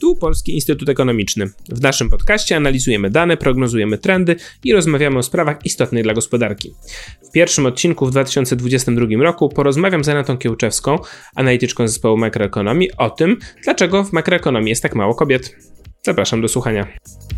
Tu Polski Instytut Ekonomiczny. W naszym podcaście analizujemy dane, prognozujemy trendy i rozmawiamy o sprawach istotnych dla gospodarki. W pierwszym odcinku w 2022 roku porozmawiam z Anetą Kiełczewską, analityczką zespołu makroekonomii, o tym, dlaczego w makroekonomii jest tak mało kobiet. Zapraszam do słuchania.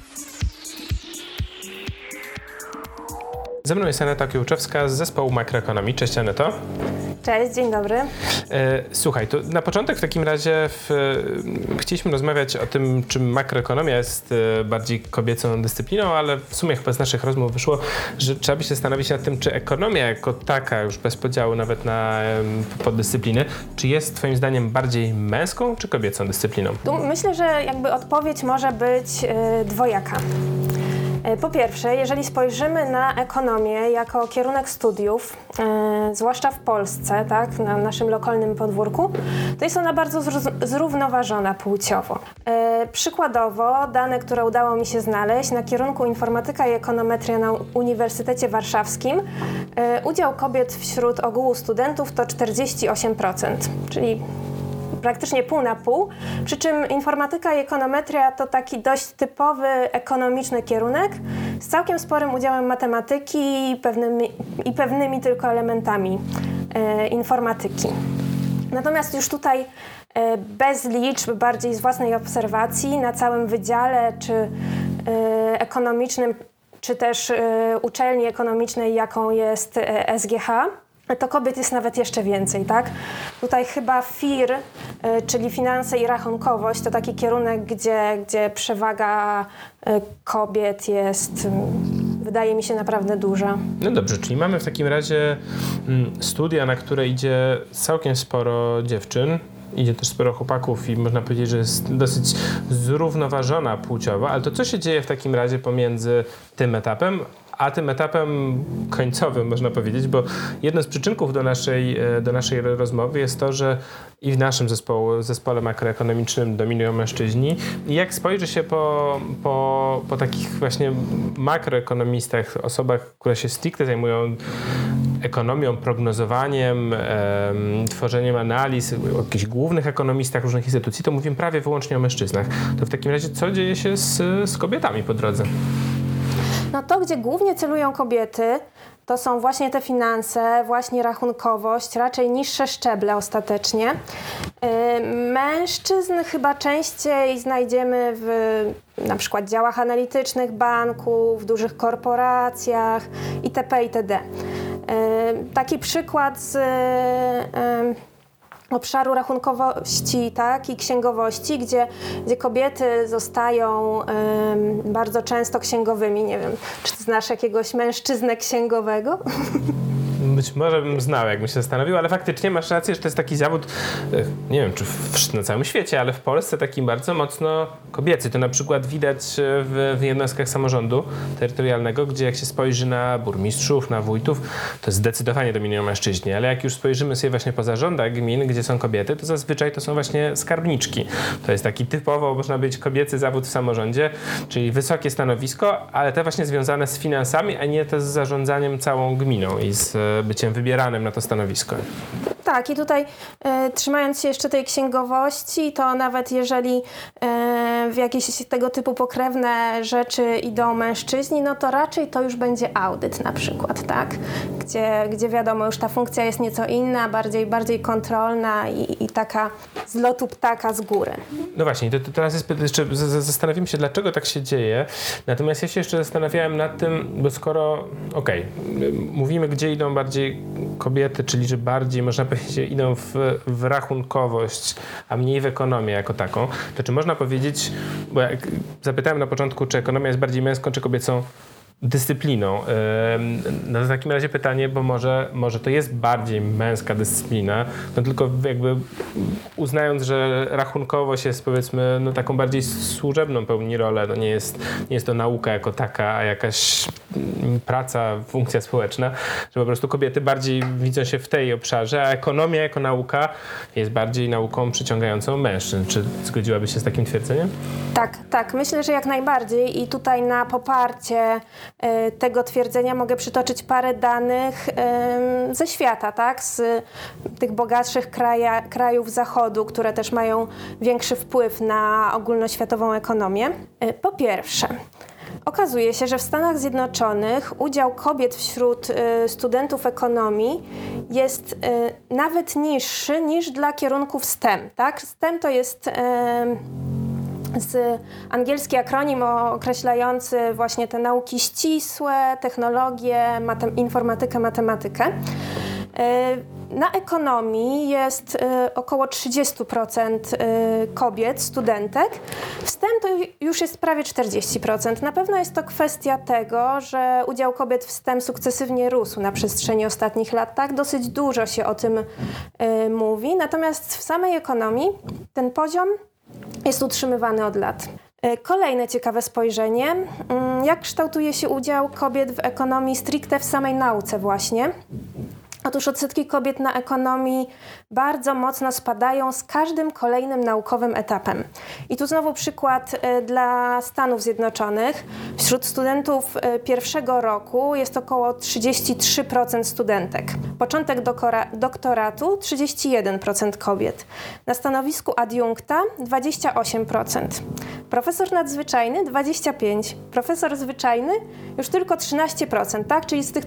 Ze mną jest Aneta Kiełczewska z zespołu makroekonomii. Cześć Aneto. Cześć, dzień dobry. Słuchaj, to na początek w takim razie chcieliśmy rozmawiać o tym, czym makroekonomia jest bardziej kobiecą dyscypliną, ale w sumie chyba z naszych rozmów wyszło, że trzeba by się zastanowić nad tym, czy ekonomia jako taka, już bez podziału nawet na poddyscypliny, czy jest twoim zdaniem bardziej męską czy kobiecą dyscypliną? Tu myślę, że jakby odpowiedź może być dwojaka. Po pierwsze, jeżeli spojrzymy na ekonomię jako kierunek studiów, zwłaszcza w Polsce, tak, na naszym lokalnym podwórku, to jest ona bardzo zrównoważona płciowo. Przykładowo, dane, które udało mi się znaleźć, na kierunku informatyka i ekonometria na Uniwersytecie Warszawskim udział kobiet wśród ogółu studentów to 48%, czyli praktycznie pół na pół, przy czym informatyka i ekonometria to taki dość typowy ekonomiczny kierunek z całkiem sporym udziałem matematyki i pewnymi tylko elementami informatyki. Natomiast już tutaj bez liczb, bardziej z własnej obserwacji na całym wydziale czy ekonomicznym, czy też uczelni ekonomicznej, jaką jest SGH, to kobiet jest nawet jeszcze więcej, tak? Tutaj chyba FIR, czyli finanse i rachunkowość, to taki kierunek, gdzie przewaga kobiet jest, wydaje mi się, naprawdę duża. No dobrze, czyli mamy w takim razie studia, na które idzie całkiem sporo dziewczyn, idzie też sporo chłopaków i można powiedzieć, że jest dosyć zrównoważona płciowo, ale to co się dzieje w takim razie pomiędzy tym etapem a tym etapem końcowym, można powiedzieć, bo jedną z przyczynków do naszej rozmowy jest to, że i w naszym zespole makroekonomicznym dominują mężczyźni. I jak spojrzy się po takich właśnie makroekonomistach, osobach, które się stricte zajmują ekonomią, prognozowaniem, tworzeniem analiz, o jakichś głównych ekonomistach różnych instytucji, to mówimy prawie wyłącznie o mężczyznach. To w takim razie co dzieje się z kobietami po drodze? No to, gdzie głównie celują kobiety, to są właśnie te finanse, właśnie rachunkowość, raczej niższe szczeble ostatecznie. Mężczyzn chyba częściej znajdziemy w na przykład działach analitycznych banków, w dużych korporacjach itp. itd. Taki przykład z obszaru rachunkowości, tak, i księgowości, gdzie kobiety zostają bardzo często księgowymi. Nie wiem, czy ty znasz jakiegoś mężczyznę księgowego? Być może bym znał, jakbym się zastanowił, ale faktycznie masz rację, że to jest taki zawód, nie wiem, czy na całym świecie, ale w Polsce taki bardzo mocno kobiecy. To na przykład widać w jednostkach samorządu terytorialnego, gdzie jak się spojrzy na burmistrzów, na wójtów, to zdecydowanie dominują mężczyźni, ale jak już spojrzymy sobie właśnie po zarządach gmin, gdzie są kobiety, to zazwyczaj to są właśnie skarbniczki. To jest taki typowo, można być kobiecy zawód w samorządzie, czyli wysokie stanowisko, ale te właśnie związane z finansami, a nie te z zarządzaniem całą gminą i z byciem wybieranym na to stanowisko. Tak, i tutaj trzymając się jeszcze tej księgowości, to nawet jeżeli w jakieś tego typu pokrewne rzeczy idą mężczyźni, no to raczej to już będzie audyt na przykład, tak? Gdzie wiadomo, już ta funkcja jest nieco inna, bardziej kontrolna i taka z lotu ptaka z góry. No właśnie, to teraz jeszcze zastanowimy się, dlaczego tak się dzieje. Natomiast ja się jeszcze zastanawiałem nad tym, bo skoro, mówimy, gdzie idą bardziej kobiety, czyli że bardziej, można powiedzieć, idą w rachunkowość, a mniej w ekonomię jako taką, to czy można powiedzieć, bo jak zapytałem na początku, czy ekonomia jest bardziej męską, czy kobiecą dyscypliną. No w takim razie pytanie, bo może to jest bardziej męska dyscyplina, no tylko jakby uznając, że rachunkowość jest powiedzmy no taką bardziej służebną pełni rolę, no nie jest to nauka jako taka, a jakaś praca, funkcja społeczna, że po prostu kobiety bardziej widzą się w tej obszarze, a ekonomia jako nauka jest bardziej nauką przyciągającą mężczyzn. Czy zgodziłabyś się z takim twierdzeniem? Tak, myślę, że jak najbardziej i tutaj na poparcie tego twierdzenia mogę przytoczyć parę danych ze świata, tak? Z tych bogatszych krajów Zachodu, które też mają większy wpływ na ogólnoświatową ekonomię. Po pierwsze, okazuje się, że w Stanach Zjednoczonych udział kobiet wśród studentów ekonomii jest nawet niższy niż dla kierunków STEM. Tak? STEM to jest z angielski akronim określający właśnie te nauki ścisłe, technologię, informatykę, matematykę. Na ekonomii jest około 30% kobiet, studentek. W STEM to już jest prawie 40%. Na pewno jest to kwestia tego, że udział kobiet w STEM sukcesywnie rósł na przestrzeni ostatnich lat. Tak, dosyć dużo się o tym mówi. Natomiast w samej ekonomii ten poziom jest utrzymywany od lat. Kolejne ciekawe spojrzenie. Jak kształtuje się udział kobiet w ekonomii stricte w samej nauce właśnie? Otóż odsetki kobiet na ekonomii bardzo mocno spadają z każdym kolejnym naukowym etapem. I tu znowu przykład dla Stanów Zjednoczonych. Wśród studentów pierwszego roku jest około 33% studentek. Początek doktoratu 31% kobiet. Na stanowisku adiunkta 28%. Profesor nadzwyczajny 25%. Profesor zwyczajny już tylko 13%, tak? Czyli z tych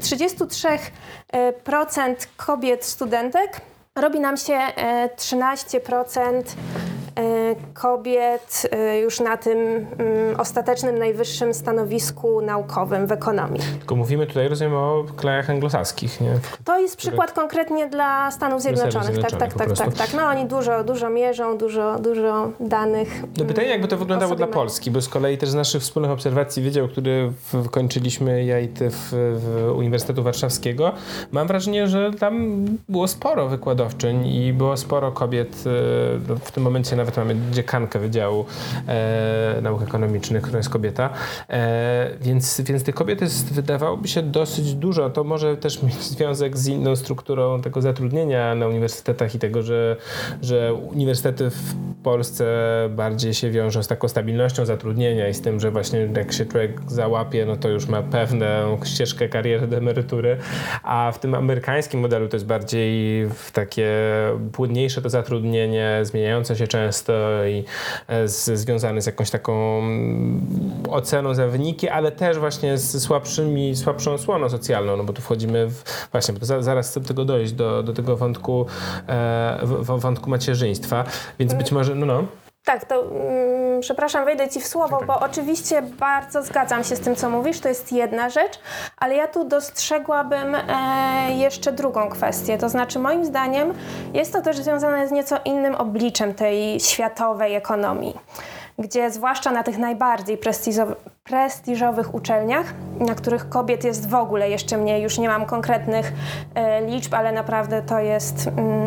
33% kobiet studentek robi nam się 13% kobiet już na tym ostatecznym, najwyższym stanowisku naukowym w ekonomii. Tylko mówimy tutaj, rozumiem, o krajach anglosaskich, nie? To jest przykład konkretnie dla Stanów Zjednoczonych. Tak. No oni dużo mierzą, dużo danych. No pytanie, jakby to wyglądało dla Polski, bo z kolei też z naszych wspólnych obserwacji wydział, który kończyliśmy ja i ty w Uniwersytetu Warszawskiego, mam wrażenie, że tam było sporo wykładowczyń i było sporo kobiet. W tym momencie nawet mamy dziekankę Wydziału Nauk Ekonomicznych, która jest kobieta, więc tych kobiet jest, wydawałoby się, dosyć dużo. To może też mieć związek z inną strukturą tego zatrudnienia na uniwersytetach i tego, że uniwersytety w Polsce bardziej się wiążą z taką stabilnością zatrudnienia i z tym, że właśnie jak się człowiek załapie, no to już ma pewną ścieżkę kariery do emerytury, a w tym amerykańskim modelu to jest bardziej takie płynniejsze to zatrudnienie, zmieniające się często i związane z jakąś taką oceną za wyniki, ale też właśnie z słabszą osłoną socjalną, no bo tu wchodzimy właśnie, bo to zaraz chcę do tego dojść, do tego wątku macierzyństwa, więc być może, no. Tak, to przepraszam, wejdę ci w słowo, bo oczywiście bardzo zgadzam się z tym, co mówisz, to jest jedna rzecz, ale ja tu dostrzegłabym jeszcze drugą kwestię, to znaczy moim zdaniem jest to też związane z nieco innym obliczem tej światowej ekonomii, gdzie zwłaszcza na tych najbardziej prestiżowych uczelniach, na których kobiet jest w ogóle jeszcze mniej, już nie mam konkretnych liczb, ale naprawdę to jest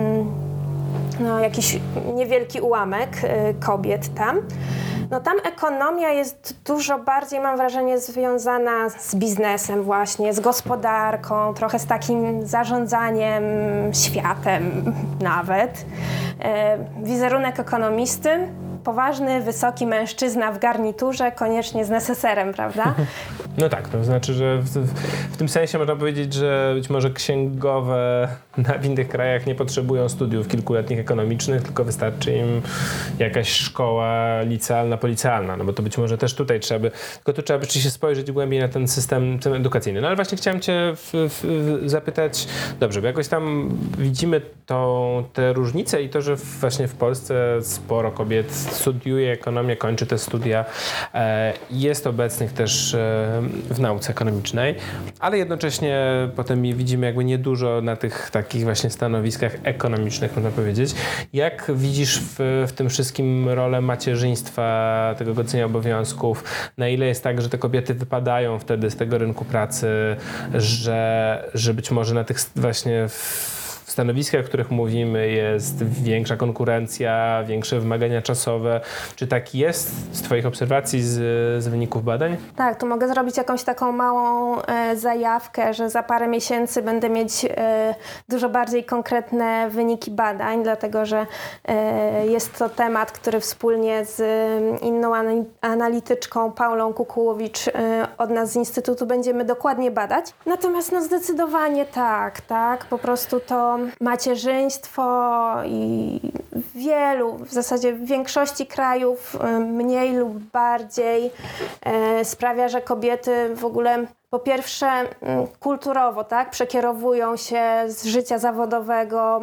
jakiś niewielki ułamek kobiet tam. No tam ekonomia jest dużo bardziej, mam wrażenie, związana z biznesem właśnie, z gospodarką, trochę z takim zarządzaniem światem nawet. Wizerunek ekonomisty, poważny, wysoki mężczyzna w garniturze, koniecznie z neseserem, prawda? No tak, to znaczy, że w tym sensie można powiedzieć, że być może księgowe w innych krajach nie potrzebują studiów kilkuletnich ekonomicznych, tylko wystarczy im jakaś szkoła licealna, policealna, no bo to być może też tutaj trzeba by się spojrzeć głębiej na ten system edukacyjny. No ale właśnie chciałem cię zapytać, dobrze, bo jakoś tam widzimy te różnice i to, że właśnie w Polsce sporo kobiet studiuje ekonomię, kończy te studia, jest obecnych też w nauce ekonomicznej, ale jednocześnie potem widzimy jakby niedużo na tych takich właśnie stanowiskach ekonomicznych, można powiedzieć. Jak widzisz w tym wszystkim rolę macierzyństwa, tego godzenia obowiązków? Na ile jest tak, że te kobiety wypadają wtedy z tego rynku pracy, że być może na tych właśnie w stanowiskach, o których mówimy, jest większa konkurencja, większe wymagania czasowe. Czy tak jest z Twoich obserwacji, z wyników badań? Tak, tu mogę zrobić jakąś taką małą zajawkę, że za parę miesięcy będę mieć dużo bardziej konkretne wyniki badań, dlatego że jest to temat, który wspólnie z inną analityczką Paulą Kukułowicz od nas z Instytutu będziemy dokładnie badać. Natomiast no zdecydowanie tak, po prostu to macierzyństwo i w zasadzie w większości krajów mniej lub bardziej sprawia, że kobiety w ogóle po pierwsze kulturowo, tak, przekierowują się z życia zawodowego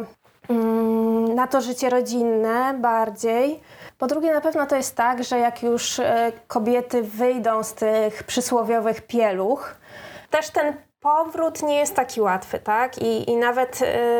na to życie rodzinne bardziej. Po drugie, na pewno to jest tak, że jak już kobiety wyjdą z tych przysłowiowych pieluch, też ten powrót nie jest taki łatwy, tak? I nawet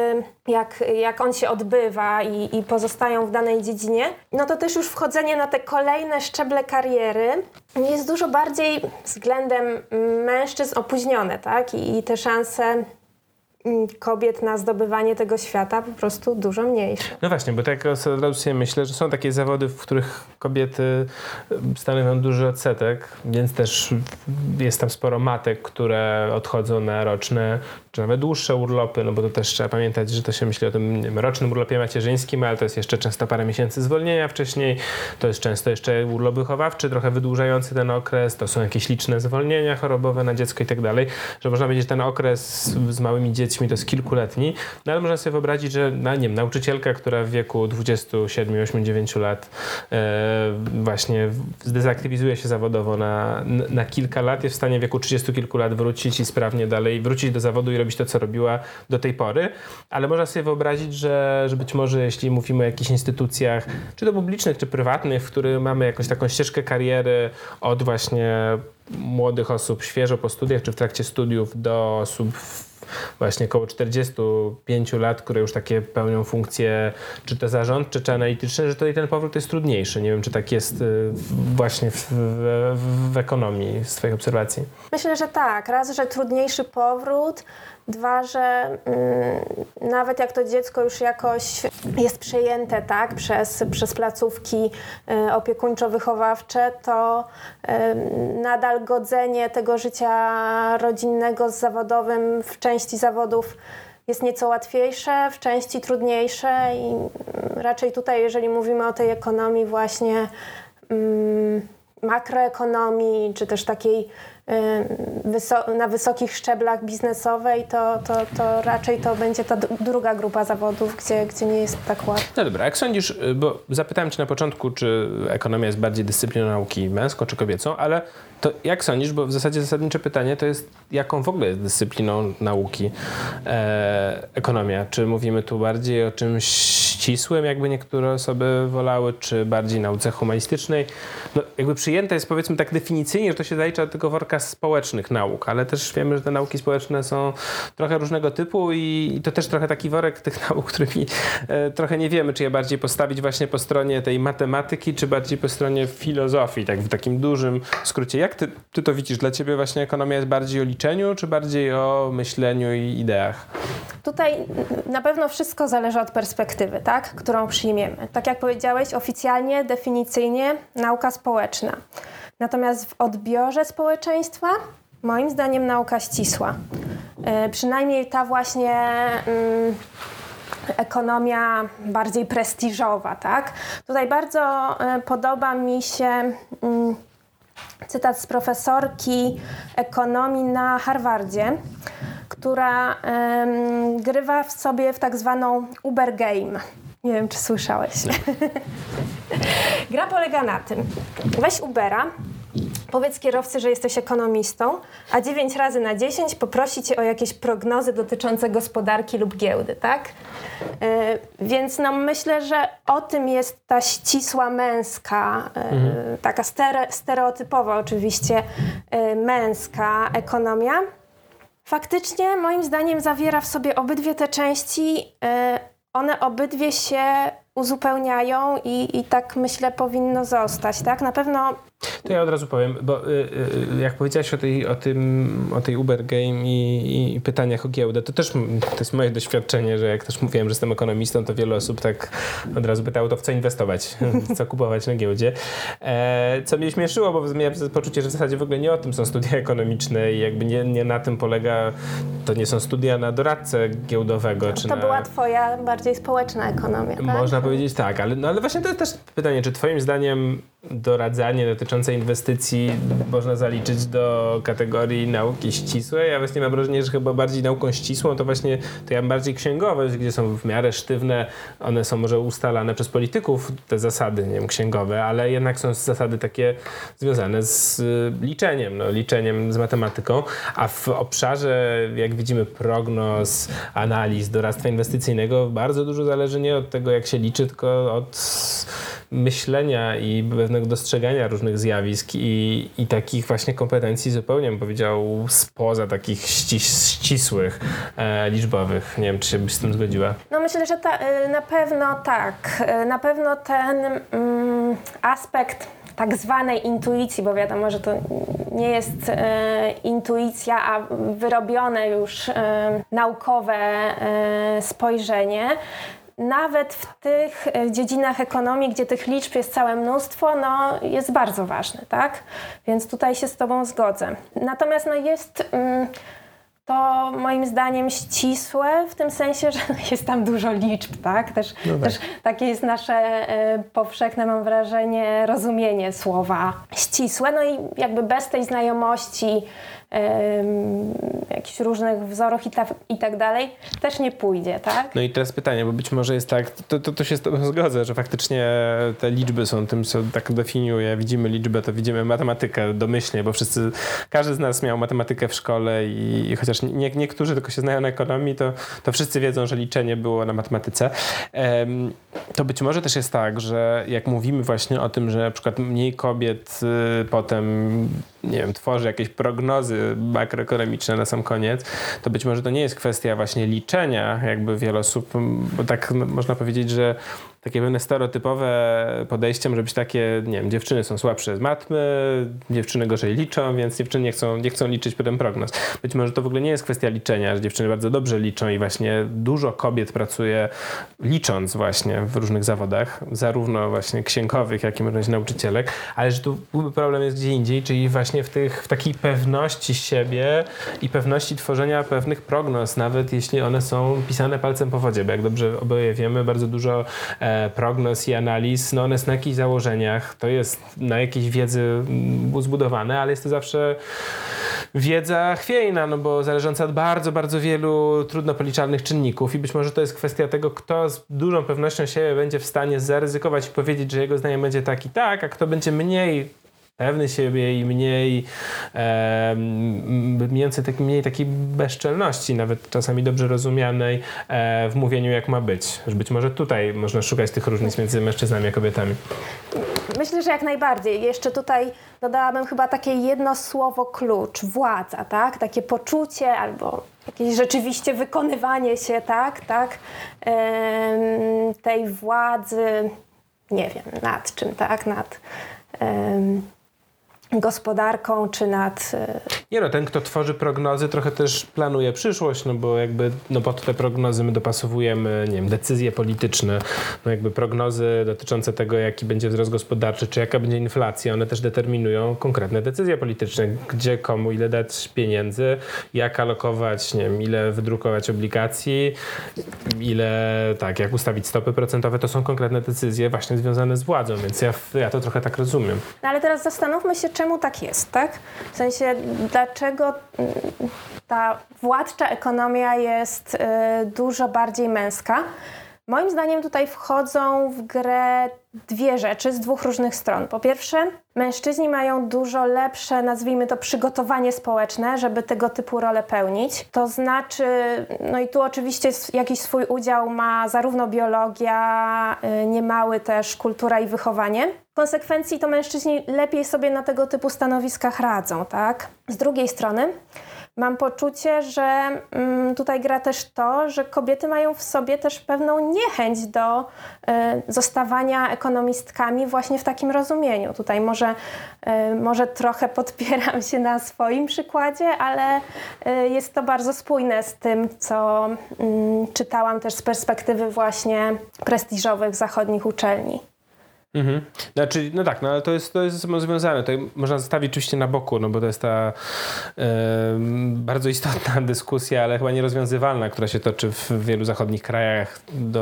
jak on się odbywa i pozostają w danej dziedzinie, no to też już wchodzenie na te kolejne szczeble kariery jest dużo bardziej względem mężczyzn opóźnione, tak? I te szanse kobiet na zdobywanie tego świata po prostu dużo mniejsze. No właśnie, bo tak od razu sobie myślę, że są takie zawody, w których kobiety stanowią duży odsetek, więc też jest tam sporo matek, które odchodzą na roczne, czy nawet dłuższe urlopy, no bo to też trzeba pamiętać, że to się myśli o tym rocznym urlopie macierzyńskim, ale to jest jeszcze często parę miesięcy zwolnienia wcześniej, to jest często jeszcze urlop wychowawczy, trochę wydłużający ten okres, to są jakieś liczne zwolnienia chorobowe na dziecko i tak dalej, że można powiedzieć, że ten okres z małymi dziećmi to jest kilkuletni, no ale można sobie wyobrazić, że nie wiem, nauczycielka, która w wieku 27, 8, 9 lat właśnie zdezaktywizuje się zawodowo na kilka lat, jest w stanie w wieku 30 kilku lat wrócić i sprawnie dalej wrócić do zawodu i robić to, co robiła do tej pory, ale można sobie wyobrazić, że być może jeśli mówimy o jakichś instytucjach, czy to publicznych, czy prywatnych, w których mamy jakąś taką ścieżkę kariery od właśnie młodych osób świeżo po studiach, czy w trakcie studiów do osób właśnie około 45 lat, które już takie pełnią funkcje czy to zarządcze, czy analityczne, że tutaj ten powrót jest trudniejszy. Nie wiem, czy tak jest właśnie w ekonomii z Twoich obserwacji. Myślę, że tak. Raz, że trudniejszy powrót. Dwa, że nawet jak to dziecko już jakoś jest przejęte, tak, przez placówki opiekuńczo-wychowawcze, to nadal godzenie tego życia rodzinnego z zawodowym w części zawodów jest nieco łatwiejsze, w części trudniejsze i raczej tutaj, jeżeli mówimy o tej ekonomii właśnie makroekonomii, czy też takiej na wysokich szczeblach biznesowej, to raczej to będzie ta druga grupa zawodów, gdzie nie jest tak łatwo. No dobra, jak sądzisz, bo zapytałem Cię na początku, czy ekonomia jest bardziej dyscypliną nauki męską czy kobiecą, ale to jak sądzisz, bo w zasadzie zasadnicze pytanie to jest, jaką w ogóle jest dyscypliną nauki ekonomia? Czy mówimy tu bardziej o czymś ścisłym, jakby niektóre osoby wolały, czy bardziej nauce humanistycznej? No jakby przyjęte jest, powiedzmy tak definicyjnie, że to się zalicza do tego worka społecznych nauk, ale też wiemy, że te nauki społeczne są trochę różnego typu i to też trochę taki worek tych nauk, którymi trochę nie wiemy, czy je bardziej postawić właśnie po stronie tej matematyki, czy bardziej po stronie filozofii, tak w takim dużym skrócie. Jak ty to widzisz? Dla ciebie właśnie ekonomia jest bardziej o liczeniu, czy bardziej o myśleniu i ideach? Tutaj na pewno wszystko zależy od perspektywy, tak, którą przyjmiemy. Tak jak powiedziałeś, oficjalnie, definicyjnie nauka społeczna. Natomiast w odbiorze społeczeństwa, moim zdaniem, nauka ścisła. Przynajmniej ta właśnie ekonomia bardziej prestiżowa, tak? Tutaj bardzo podoba mi się cytat z profesorki ekonomii na Harvardzie, która grywa w sobie w tak zwaną Uber Game. Nie wiem, czy słyszałeś. Gra polega na tym, weź Ubera, powiedz kierowcy, że jesteś ekonomistą, a 9 razy na 10 poprosi cię o jakieś prognozy dotyczące gospodarki lub giełdy, tak? Więc no myślę, że o tym jest ta ścisła męska, taka stereotypowa oczywiście męska ekonomia. Faktycznie moim zdaniem zawiera w sobie obydwie te części, one obydwie się uzupełniają i tak myślę powinno zostać, tak? Na pewno. To ja od razu powiem, bo jak powiedziałaś o tej Uber Game i pytaniach o giełdę, to też to jest moje doświadczenie, że jak też mówiłem, że jestem ekonomistą, to wiele osób tak od razu pytało, to w co inwestować, co kupować na giełdzie. Co mnie śmieszyło, bo miałem poczucie, że w zasadzie w ogóle nie o tym są studia ekonomiczne i jakby nie na tym polega, to nie są studia na doradcę giełdowego. Czy to była twoja bardziej społeczna ekonomia, tak? Można powiedzieć tak, ale właśnie to jest też pytanie, czy twoim zdaniem doradzanie dotyczące inwestycji można zaliczyć do kategorii nauki ścisłej? Ja właśnie mam wrażenie, że chyba bardziej nauką ścisłą to właśnie to ja bardziej księgowość, gdzie są w miarę sztywne, one są może ustalane przez polityków, te zasady, nie wiem, księgowe, ale jednak są zasady takie związane z liczeniem, z matematyką, a w obszarze, jak widzimy, prognoz, analiz, doradztwa inwestycyjnego bardzo dużo zależy nie od tego, jak się liczy, tylko od myślenia i pewnego dostrzegania różnych zjawisk i takich właśnie kompetencji zupełnie, bym powiedział, spoza takich ścisłych, liczbowych. Nie wiem, czy się byś z tym zgodziła. No myślę, że na pewno tak. Na pewno ten aspekt tak zwanej intuicji, bo wiadomo, że to nie jest intuicja, a wyrobione już naukowe spojrzenie. Nawet w tych dziedzinach ekonomii, gdzie tych liczb jest całe mnóstwo, jest bardzo ważny, tak? Więc tutaj się z tobą zgodzę. Natomiast jest to moim zdaniem ścisłe w tym sensie, że jest tam dużo liczb, tak? Też takie jest nasze powszechne, mam wrażenie, rozumienie słowa ścisłe. No i jakby bez tej znajomości jakichś różnych wzorów i tak dalej, też nie pójdzie, tak? No i teraz pytanie, bo być może jest tak, to się z tobą zgodzę, że faktycznie te liczby są tym, co tak definiuje. Widzimy liczbę, to widzimy matematykę domyślnie, bo każdy z nas miał matematykę w szkole i chociaż niektórzy tylko się znają na ekonomii, to wszyscy wiedzą, że liczenie było na matematyce. To być może też jest tak, że jak mówimy właśnie o tym, że na przykład mniej kobiet potem, nie wiem, tworzy jakieś prognozy makroekonomiczne na sam koniec, to być może to nie jest kwestia właśnie liczenia, jakby wiele osób, bo tak można powiedzieć, że takie pewne stereotypowe podejście może być takie, nie wiem, dziewczyny są słabsze z matmy, dziewczyny gorzej liczą, więc dziewczyny nie chcą liczyć potem prognoz. Być może to w ogóle nie jest kwestia liczenia, że dziewczyny bardzo dobrze liczą i właśnie dużo kobiet pracuje licząc właśnie w różnych zawodach, zarówno właśnie księgowych, jak i może nauczycielek, ale że tu problem jest gdzie indziej, czyli właśnie w takiej pewności siebie i pewności tworzenia pewnych prognoz, nawet jeśli one są pisane palcem po wodzie, bo jak dobrze oboje wiemy, bardzo dużo prognoz i analiz, one są na jakichś założeniach, to jest na jakiejś wiedzy zbudowane, ale jest to zawsze wiedza chwiejna, bo zależąca od bardzo, bardzo wielu trudno policzalnych czynników i być może to jest kwestia tego, kto z dużą pewnością siebie będzie w stanie zaryzykować i powiedzieć, że jego zdanie będzie tak i tak, a kto będzie mniej pewny siebie i mniej mniej takiej bezczelności, nawet czasami dobrze rozumianej w mówieniu, jak ma być. Że być może tutaj można szukać tych różnic między mężczyznami a kobietami. Myślę, że jak najbardziej. Jeszcze tutaj dodałabym chyba takie jedno słowo klucz. Władza, tak? Takie poczucie albo jakieś rzeczywiście wykonywanie się, tak? Tej władzy, nie wiem, nad czym, tak? Nad gospodarką, czy nad... ten, kto tworzy prognozy, trochę też planuje przyszłość, bo jakby pod te prognozy my dopasowujemy, nie wiem, decyzje polityczne, jakby prognozy dotyczące tego, jaki będzie wzrost gospodarczy, czy jaka będzie inflacja, one też determinują konkretne decyzje polityczne, gdzie komu ile dać pieniędzy, jak alokować, nie wiem, ile wydrukować obligacji, jak ustawić stopy procentowe, to są konkretne decyzje właśnie związane z władzą, więc ja to trochę tak rozumiem. No ale teraz zastanówmy się, czemu tak jest, tak? W sensie, dlaczego ta władcza ekonomia jest dużo bardziej męska? Moim zdaniem tutaj wchodzą w grę dwie rzeczy z dwóch różnych stron. Po pierwsze, mężczyźni mają dużo lepsze, nazwijmy to, przygotowanie społeczne, żeby tego typu role pełnić. To znaczy, i tu oczywiście jakiś swój udział ma zarówno biologia, niemały też kultura i wychowanie. W konsekwencji to mężczyźni lepiej sobie na tego typu stanowiskach radzą, tak? Z drugiej strony, mam poczucie, że tutaj gra też to, że kobiety mają w sobie też pewną niechęć do zostawania ekonomistkami właśnie w takim rozumieniu. Tutaj może trochę podpieram się na swoim przykładzie, ale jest to bardzo spójne z tym, co czytałam też z perspektywy właśnie prestiżowych zachodnich uczelni. Mhm. Znaczy, no tak, no ale to jest ze sobą związane. To można zostawić oczywiście na boku, no bo to jest ta bardzo istotna dyskusja, ale chyba nierozwiązywalna, która się toczy w wielu zachodnich krajach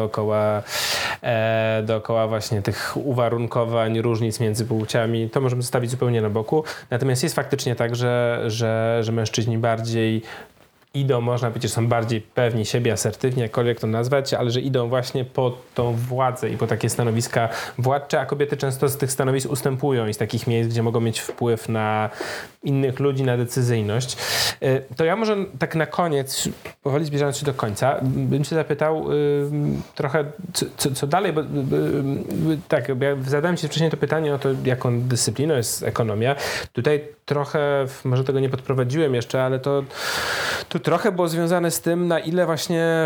dookoła właśnie tych uwarunkowań, różnic między płciami. To możemy zostawić zupełnie na boku. Natomiast jest faktycznie tak, że mężczyźni bardziej idą, można powiedzieć, że są bardziej pewni siebie, asertywni, jakkolwiek to nazwać, ale że idą właśnie po tą władzę i po takie stanowiska władcze, a kobiety często z tych stanowisk ustępują i z takich miejsc, gdzie mogą mieć wpływ na innych ludzi, na decyzyjność. To ja może tak na koniec, powoli zbliżając się do końca, bym się zapytał trochę, co dalej, bo tak, ja zadałem ci wcześniej to pytanie o to, jaką dyscypliną jest ekonomia. Tutaj trochę, może tego nie podprowadziłem jeszcze, ale to trochę było związane z tym, na ile właśnie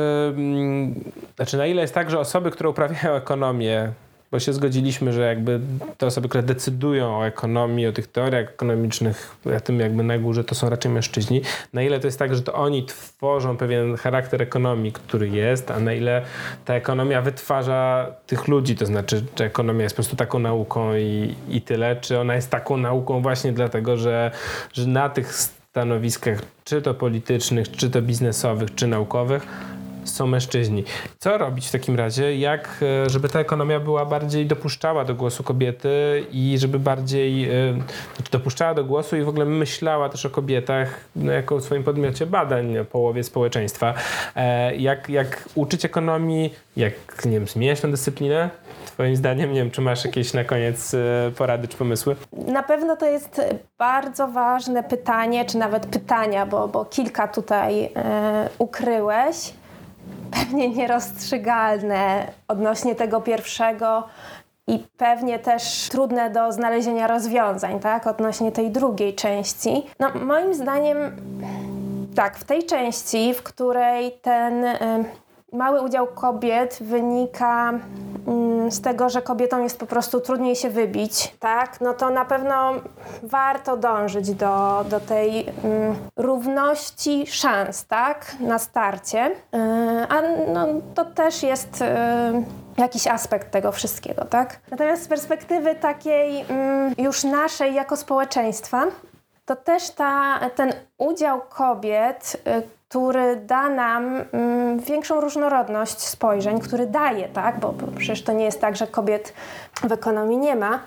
na ile jest tak, że osoby, które uprawiają ekonomię, bo się zgodziliśmy, że jakby te osoby, które decydują o ekonomii, o tych teoriach ekonomicznych, a tym jakby na górze to są raczej mężczyźni, na ile to jest tak, że to oni tworzą pewien charakter ekonomii, który jest, a na ile ta ekonomia wytwarza tych ludzi, to znaczy, czy ekonomia jest po prostu taką nauką i tyle, czy ona jest taką nauką właśnie dlatego, że na tych stanowiskach, czy to politycznych, czy to biznesowych, czy naukowych, są mężczyźni. Co robić w takim razie, żeby ta ekonomia była bardziej dopuszczała do głosu kobiety i żeby bardziej dopuszczała do głosu i w ogóle myślała też o kobietach jako o swoim podmiocie badań, o połowie społeczeństwa. Jak uczyć ekonomii, jak, nie wiem, zmieniać tę dyscyplinę? Twoim zdaniem, nie wiem, czy masz jakieś na koniec porady czy pomysły? Na pewno to jest bardzo ważne pytanie, czy nawet pytania, bo kilka tutaj ukryłeś. Pewnie nierozstrzygalne odnośnie tego pierwszego i pewnie też trudne do znalezienia rozwiązań, tak, odnośnie tej drugiej części. No, moim zdaniem tak, w tej części, w której ten mały udział kobiet wynika z tego, że kobietom jest po prostu trudniej się wybić, tak? No to na pewno warto dążyć do tej równości szans, tak? Na starcie. A no, to też jest jakiś aspekt tego wszystkiego, tak? Natomiast z perspektywy takiej już naszej jako społeczeństwa, to też ten udział kobiet, który da nam większą różnorodność spojrzeń, który daje, tak? Bo przecież to nie jest tak, że kobiet w ekonomii nie ma.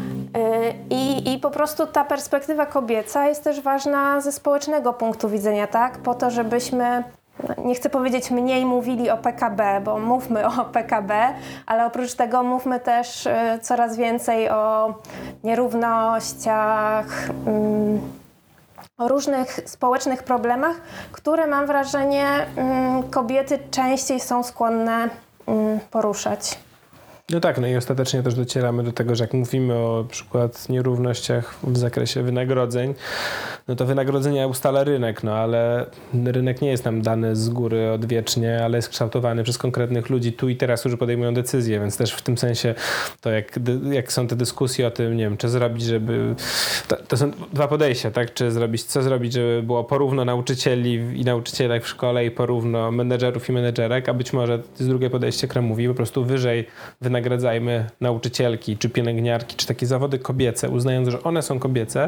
I po prostu ta perspektywa kobieca jest też ważna ze społecznego punktu widzenia, tak? Po to, żebyśmy, nie chcę powiedzieć mniej mówili o PKB, bo mówmy o PKB, ale oprócz tego mówmy też coraz więcej o nierównościach, o różnych społecznych problemach, które mam wrażenie kobiety częściej są skłonne poruszać. No tak, no i ostatecznie też docieramy do tego, że jak mówimy o na przykład nierównościach w zakresie wynagrodzeń, no to wynagrodzenia ustala rynek, no ale rynek nie jest nam dany z góry odwiecznie, ale jest kształtowany przez konkretnych ludzi tu i teraz, którzy podejmują decyzje, więc też w tym sensie to jak są te dyskusje o tym, nie wiem, czy zrobić, żeby... To są dwa podejścia, tak? Co zrobić, żeby było porówno nauczycieli i nauczycielek w szkole i porówno menedżerów i menedżerek, a być może to jest drugie podejście, które mówi po prostu wyżej wynagradzajmy nauczycielki, czy pielęgniarki, czy takie zawody kobiece, uznając, że one są kobiece,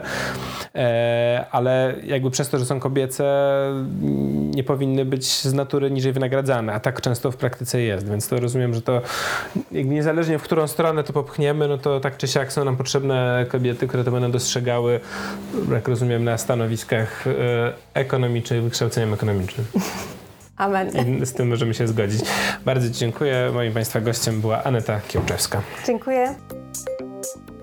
ale jakby przez to, że są kobiece, nie powinny być z natury niżej wynagradzane, a tak często w praktyce jest, więc to rozumiem, że to jakby niezależnie w którą stronę to popchniemy, no to tak czy siak są nam potrzebne kobiety, które to będą dostrzegały, jak rozumiem, na stanowiskach ekonomicznych, wykształceniem ekonomicznym. Amen. I z tym możemy się zgodzić. Bardzo dziękuję. Moim Państwa gościem była Aneta Kiełczewska. Dziękuję.